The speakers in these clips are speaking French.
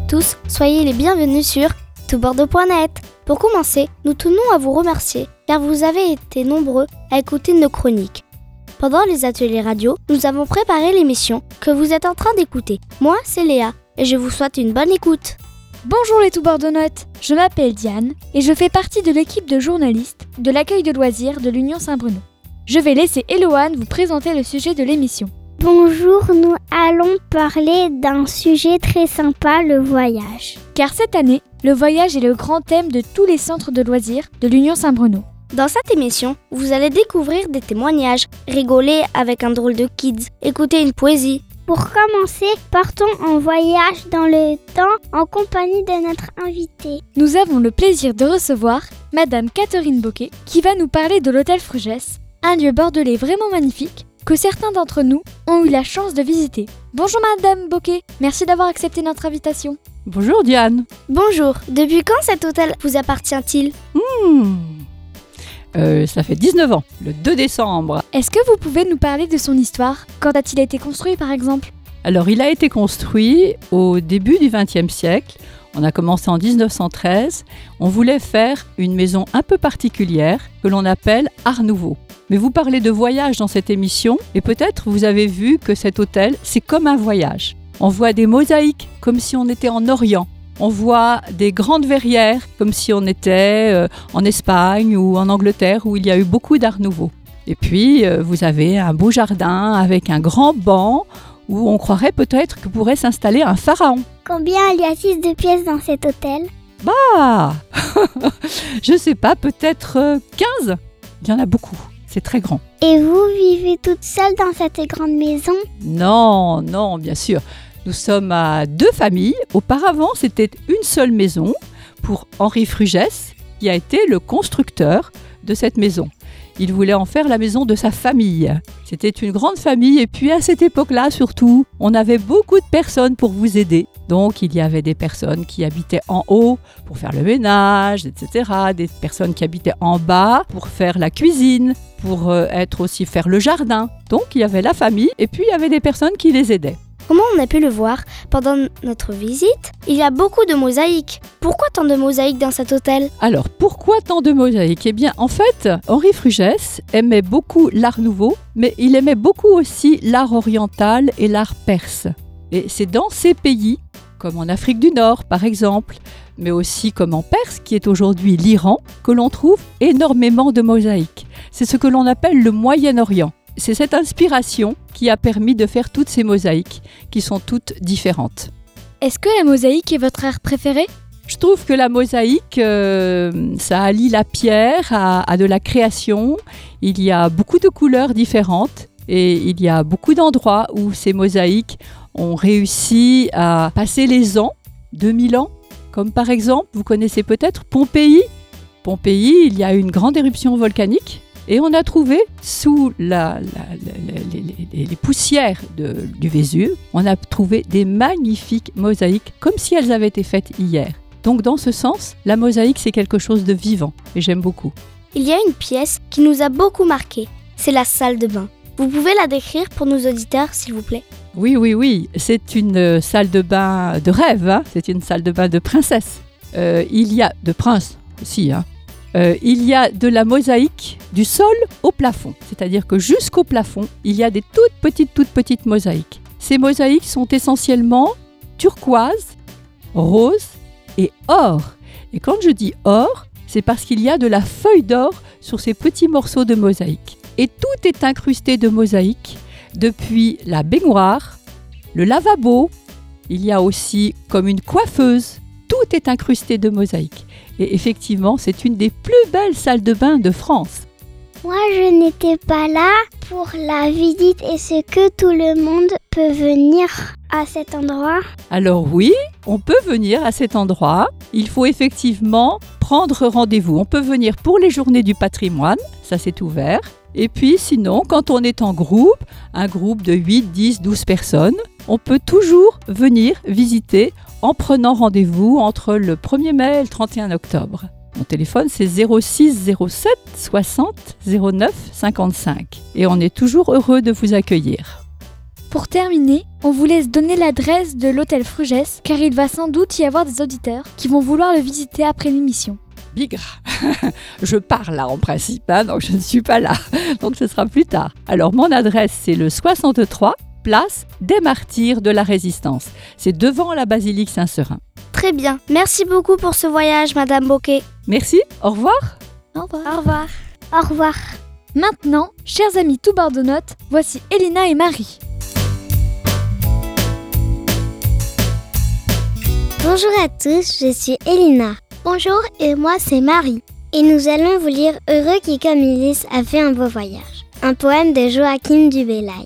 tous, soyez les bienvenus sur toutbordeaux.net. Pour commencer, nous tenons à vous remercier car vous avez été nombreux à écouter nos chroniques. Pendant les ateliers radio, nous avons préparé l'émission que vous êtes en train d'écouter. Moi, c'est Léa et je vous souhaite une bonne écoute. Bonjour les toutbordeaunotes, je m'appelle Diane et je fais partie de l'équipe de journalistes de l'accueil de loisirs de l'Union Saint-Bruno. Je vais laisser Eloane vous présenter le sujet de l'émission. Bonjour, nous allons parler d'un sujet très sympa, le voyage. Car cette année, le voyage est le grand thème de tous les centres de loisirs de l'Union Saint-Bruno. Dans cette émission, vous allez découvrir des témoignages, rigoler avec un drôle de kids, écouter une poésie. Pour commencer, partons en voyage dans le temps en compagnie de notre invité. Nous avons le plaisir de recevoir Madame Catherine Boquet qui va nous parler de l'hôtel Frugès, un lieu bordelais vraiment magnifique que certains d'entre nous ont eu la chance de visiter. Bonjour Madame Boquet, merci d'avoir accepté notre invitation. Bonjour Diane. Bonjour, depuis quand cet hôtel vous appartient-il ? Ça fait 19 ans, le 2 décembre. Est-ce que vous pouvez nous parler de son histoire ? Quand a-t-il été construit par exemple ? Alors il a été construit au début du XXe siècle. On a commencé en 1913. On voulait faire une maison un peu particulière que l'on appelle Art Nouveau. Mais vous parlez de voyage dans cette émission et peut-être vous avez vu que cet hôtel, c'est comme un voyage. On voit des mosaïques comme si on était en Orient. On voit des grandes verrières comme si on était en Espagne ou en Angleterre où il y a eu beaucoup d'art nouveau. Et puis, vous avez un beau jardin avec un grand banc où on croirait peut-être que pourrait s'installer un pharaon. Combien y a-t-il de pièces dans cet hôtel ? Je sais pas, peut-être 15. Il y en a beaucoup, c'est très grand. Et vous vivez toute seule dans cette grande maison ? Non, bien sûr. Nous sommes à 2 familles. Auparavant, c'était une seule maison pour Henri Frugès, qui a été le constructeur de cette maison. Il voulait en faire la maison de sa famille. C'était une grande famille et puis à cette époque-là, surtout, on avait beaucoup de personnes pour vous aider. Donc, il y avait des personnes qui habitaient en haut pour faire le ménage, etc. Des personnes qui habitaient en bas pour faire la cuisine, pour faire le jardin. Donc, il y avait la famille et puis il y avait des personnes qui les aidaient. Comment on a pu le voir pendant notre visite, il y a beaucoup de mosaïques. Pourquoi tant de mosaïques dans cet hôtel ? Alors, pourquoi tant de mosaïques ? Eh bien, en fait, Henri Frugès aimait beaucoup l'art nouveau, mais il aimait beaucoup aussi l'art oriental et l'art perse. Et c'est dans ces pays, comme en Afrique du Nord par exemple, mais aussi comme en Perse, qui est aujourd'hui l'Iran, que l'on trouve énormément de mosaïques. C'est ce que l'on appelle le Moyen-Orient. C'est cette inspiration qui a permis de faire toutes ces mosaïques, qui sont toutes différentes. Est-ce que la mosaïque est votre art préféré ? Je trouve que la mosaïque, ça allie la pierre à de la création. Il y a beaucoup de couleurs différentes et il y a beaucoup d'endroits où ces mosaïques ont réussi à passer les ans, 2000 ans. Comme par exemple, vous connaissez peut-être Pompéi. Pompéi, il y a eu une grande éruption volcanique. Et on a trouvé sous les poussières du Vésuve, on a trouvé des magnifiques mosaïques comme si elles avaient été faites hier. Donc dans ce sens, la mosaïque c'est quelque chose de vivant et j'aime beaucoup. Il y a une pièce qui nous a beaucoup marqué, c'est la salle de bain. Vous pouvez la décrire pour nos auditeurs s'il vous plaît ? Oui, c'est une salle de bain de rêve, hein. C'est une salle de bain de princesse. Il y a de prince aussi, hein. Il y a de la mosaïque du sol au plafond. C'est-à-dire que jusqu'au plafond, il y a des toutes petites mosaïques. Ces mosaïques sont essentiellement turquoise, rose et or. Et quand je dis or, c'est parce qu'il y a de la feuille d'or sur ces petits morceaux de mosaïque. Et tout est incrusté de mosaïque, depuis la baignoire, le lavabo. Il y a aussi comme une coiffeuse. Tout est incrusté de mosaïque. Et effectivement, c'est une des plus belles salles de bain de France. Moi, je n'étais pas là pour la visite. Est-ce que tout le monde peut venir à cet endroit ? Alors oui, on peut venir à cet endroit. Il faut effectivement prendre rendez-vous. On peut venir pour les journées du patrimoine, ça c'est ouvert. Et puis sinon, quand on est en groupe, un groupe de 8, 10, 12 personnes, on peut toujours venir visiter en prenant rendez-vous entre le 1er mai et le 31 octobre. Mon téléphone, c'est 06 07 60 09 55. Et on est toujours heureux de vous accueillir. Pour terminer, on vous laisse donner l'adresse de l'hôtel Frugès, car il va sans doute y avoir des auditeurs qui vont vouloir le visiter après l'émission. Bigre. Je pars là en principe, donc je ne suis pas là. Donc ce sera plus tard. Alors mon adresse, c'est le 63, place des Martyrs de la Résistance. C'est devant la basilique Saint-Seurin. Très bien. Merci beaucoup pour ce voyage, Madame Bocquet. Merci, au revoir. Au revoir. Au revoir. Au revoir. Maintenant, chers amis tout bardonotes, voici Elina et Marie. Bonjour à tous, je suis Elina. Bonjour, et moi c'est Marie. Et nous allons vous lire Heureux qui comme Ulysse a fait un beau voyage. Un poème de Joachim du Bellay.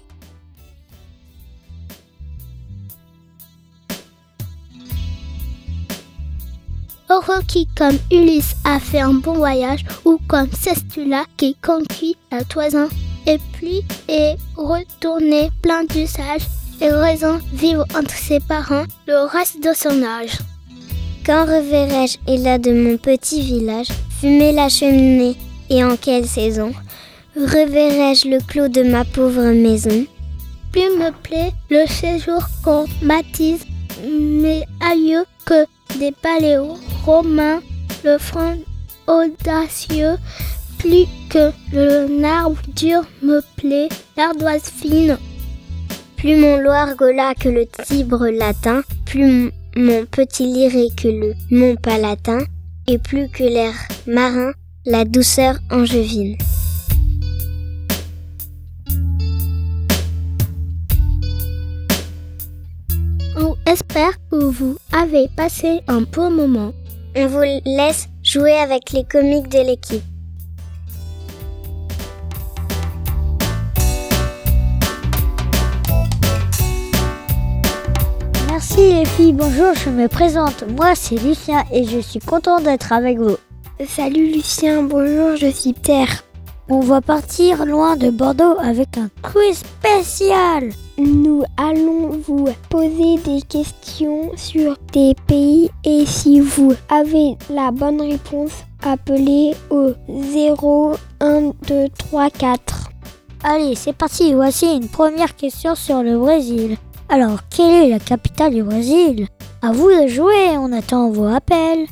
Heureux qui comme Ulysse a fait un bon voyage, ou comme Sestula qui conquit la toison, et puis est retourné plein d'usage et raison vivre entre ses parents le reste de son âge. Quand reverrai-je Ella de mon petit village, fumer la cheminée et en quelle saison? Reverrai-je le clos de ma pauvre maison? Plus me plaît le séjour qu'on baptise mes aïeux que des paléos romains, le front audacieux, plus que le narbe dur me plaît, l'ardoise fine. Plus mon Loire-Gola que le Tibre latin, plus mon petit lyre que le mont Palatin, et plus que l'air marin, la douceur angevine. On espère que vous avez passé un beau moment. On vous laisse jouer avec les comiques de l'équipe. Merci les filles, bonjour, je me présente. Moi c'est Lucien et je suis content d'être avec vous. Salut Lucien, bonjour, je suis Pierre. On va partir loin de Bordeaux avec un quiz spécial. Nous allons vous poser des questions sur des pays et si vous avez la bonne réponse, appelez au 0 1 2 3 4. Allez, c'est parti, voici une première question sur le Brésil. Alors, quelle est la capitale du Brésil? À vous de jouer, on attend vos appels.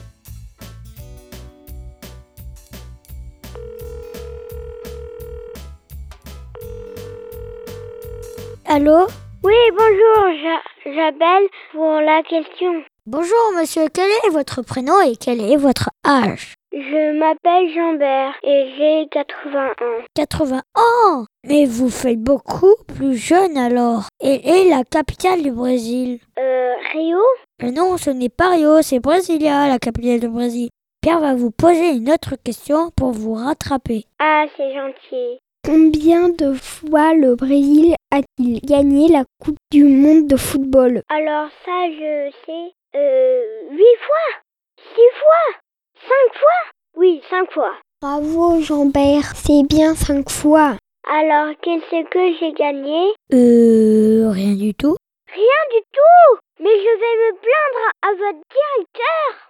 Allô? Oui, bonjour, j'appelle pour la question. Bonjour monsieur, quel est votre prénom et quel est votre âge? Je m'appelle Jean-Bert et j'ai 80 ans. 80 ans? Mais vous faites beaucoup plus jeune alors. Et est la capitale du Brésil? Rio? Non, ce n'est pas Rio, c'est Brasilia, la capitale du Brésil. Pierre va vous poser une autre question pour vous rattraper. Ah, c'est gentil. Combien de fois le Brésil a-t-il gagné la Coupe du Monde de football? Alors ça, je sais. 8 fois? 6 fois? 5 fois? Oui, 5 fois. Bravo Jean-Bert, c'est bien 5 fois. Alors, qu'est-ce que j'ai gagné? Rien du tout. Rien du tout? Mais je vais me plaindre à votre directeur.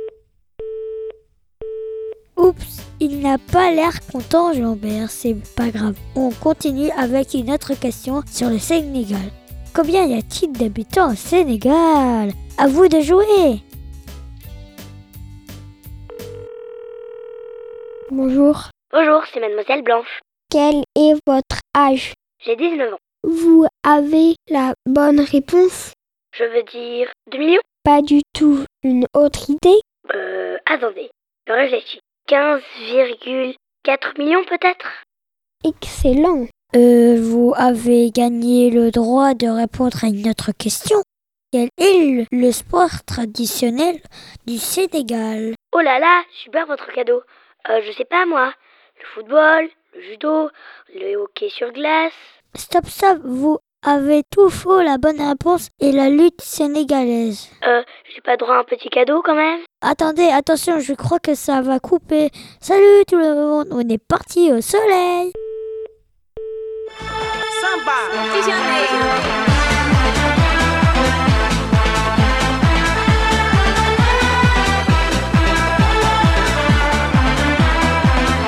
Oups, il n'a pas l'air content Jean-Bert, c'est pas grave. On continue avec une autre question sur le Sénégal. Combien y a-t-il d'habitants au Sénégal? À vous de jouer. Bonjour. Bonjour, c'est Mademoiselle Blanche. Quel est votre âge? J'ai 19 ans. Vous avez la bonne réponse? Je veux dire 2 millions? Pas du tout. Une autre idée? Attendez, je réfléchis. 15,4 millions peut-être? Excellent. Vous avez gagné le droit de répondre à une autre question. Quel est le sport traditionnel du Sénégal? Oh là là, super votre cadeau. Je sais pas moi. Le football, le judo, le hockey sur glace. Stop, vous avez tout faux, la bonne réponse est la lutte sénégalaise. J'ai pas droit à un petit cadeau quand même? Attendez, attention, je crois que ça va couper. Salut tout le monde, on est parti au soleil.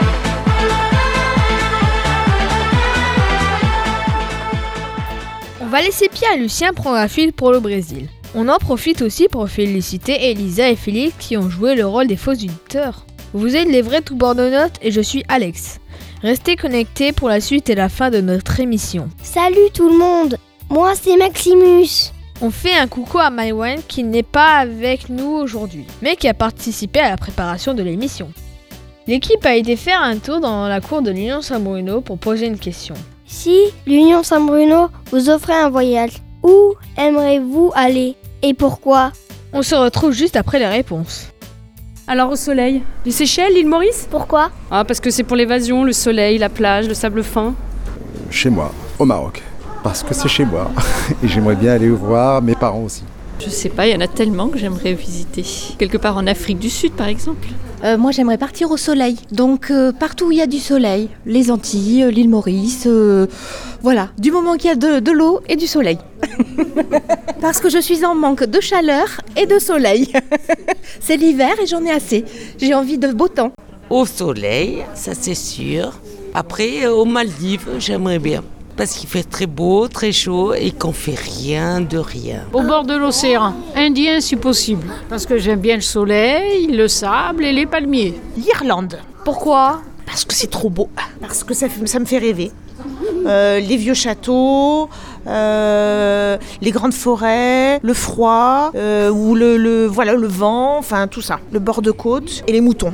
On va laisser Pierre et Lucien prendre la fuite pour le Brésil. On en profite aussi pour féliciter Elisa et Félix qui ont joué le rôle des faux auditeurs. Vous êtes les vrais tout bord de notes et je suis Alex. Restez connectés pour la suite et la fin de notre émission. Salut tout le monde, moi c'est Maximus. On fait un coucou à Maïwen qui n'est pas avec nous aujourd'hui, mais qui a participé à la préparation de l'émission. L'équipe a été faire un tour dans la cour de l'Union Saint-Bruno pour poser une question. Si l'Union Saint-Bruno vous offrait un voyage, où aimeriez-vous aller et pourquoi? On se retrouve juste après les réponses. Alors au soleil, les Seychelles, l'île Maurice? Pourquoi? Parce que c'est pour l'évasion, le soleil, la plage, le sable fin. Chez moi, au Maroc, parce que c'est chez moi et j'aimerais bien aller voir mes parents aussi. Je sais pas, il y en a tellement que j'aimerais visiter. Quelque part en Afrique du Sud, par exemple. Moi, j'aimerais partir au soleil. Donc, partout où il y a du soleil. Les Antilles, l'île Maurice, voilà. Du moment qu'il y a de l'eau et du soleil. Parce que je suis en manque de chaleur et de soleil. C'est l'hiver et j'en ai assez. J'ai envie de beau temps. Au soleil, ça c'est sûr. Après, aux Maldives, j'aimerais bien. Parce qu'il fait très beau, très chaud et qu'on fait rien de rien. Au bord de l'océan, Indien si possible. Parce que j'aime bien le soleil, le sable et les palmiers. L'Irlande. Pourquoi? Parce que c'est trop beau. Parce que ça me fait rêver. Les vieux châteaux, les grandes forêts, le froid, ou le vent, enfin tout ça. Le bord de côte et les moutons.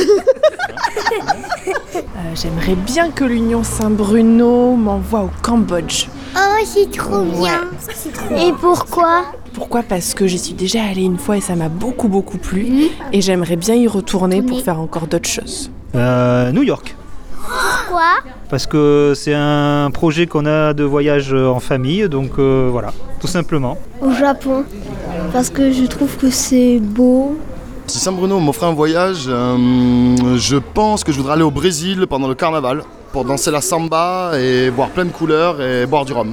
J'aimerais bien que l'Union Saint-Bruno m'envoie au Cambodge. Oh, c'est trop bien. Et pourquoi? Pourquoi? Parce que j'y suis déjà allée une fois et ça m'a beaucoup plu. Et j'aimerais bien y retourner pour faire encore d'autres choses. New York. Pourquoi? Parce que c'est un projet qu'on a de voyage en famille, donc voilà, tout simplement. Au Japon, parce que je trouve que c'est beau. Si Saint-Bruno m'offrait un voyage, je pense que je voudrais aller au Brésil pendant le carnaval pour danser la samba et voir plein de couleurs et boire du rhum.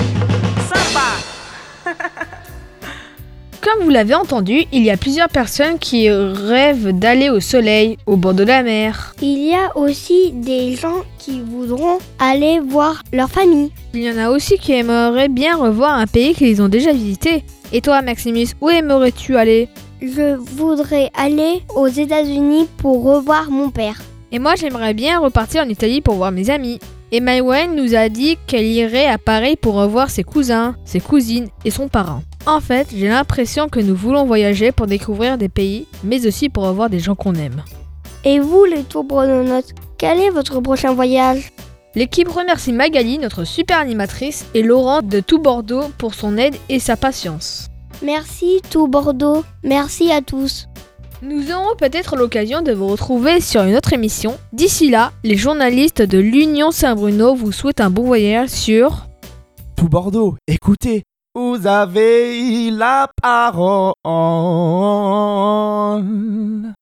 Comme vous l'avez entendu, il y a plusieurs personnes qui rêvent d'aller au soleil, au bord de la mer. Il y a aussi des gens qui voudront aller voir leur famille. Il y en a aussi qui aimeraient bien revoir un pays qu'ils ont déjà visité. Et toi, Maximus, où aimerais-tu aller? Je voudrais aller aux États-Unis pour revoir mon père. Et moi, j'aimerais bien repartir en Italie pour voir mes amis. Et Maïwen nous a dit qu'elle irait à Paris pour revoir ses cousins, ses cousines et son parent. En fait, j'ai l'impression que nous voulons voyager pour découvrir des pays, mais aussi pour revoir des gens qu'on aime. Et vous, les tourbrononauts, quel est votre prochain voyage? L'équipe remercie Magali, notre super animatrice, et Laurent de Tout Bordeaux pour son aide et sa patience. Merci Tout Bordeaux, merci à tous. Nous aurons peut-être l'occasion de vous retrouver sur une autre émission. D'ici là, les journalistes de l'Union Saint-Bruno vous souhaitent un bon voyage sur Tout Bordeaux. Écoutez, vous avez la parole.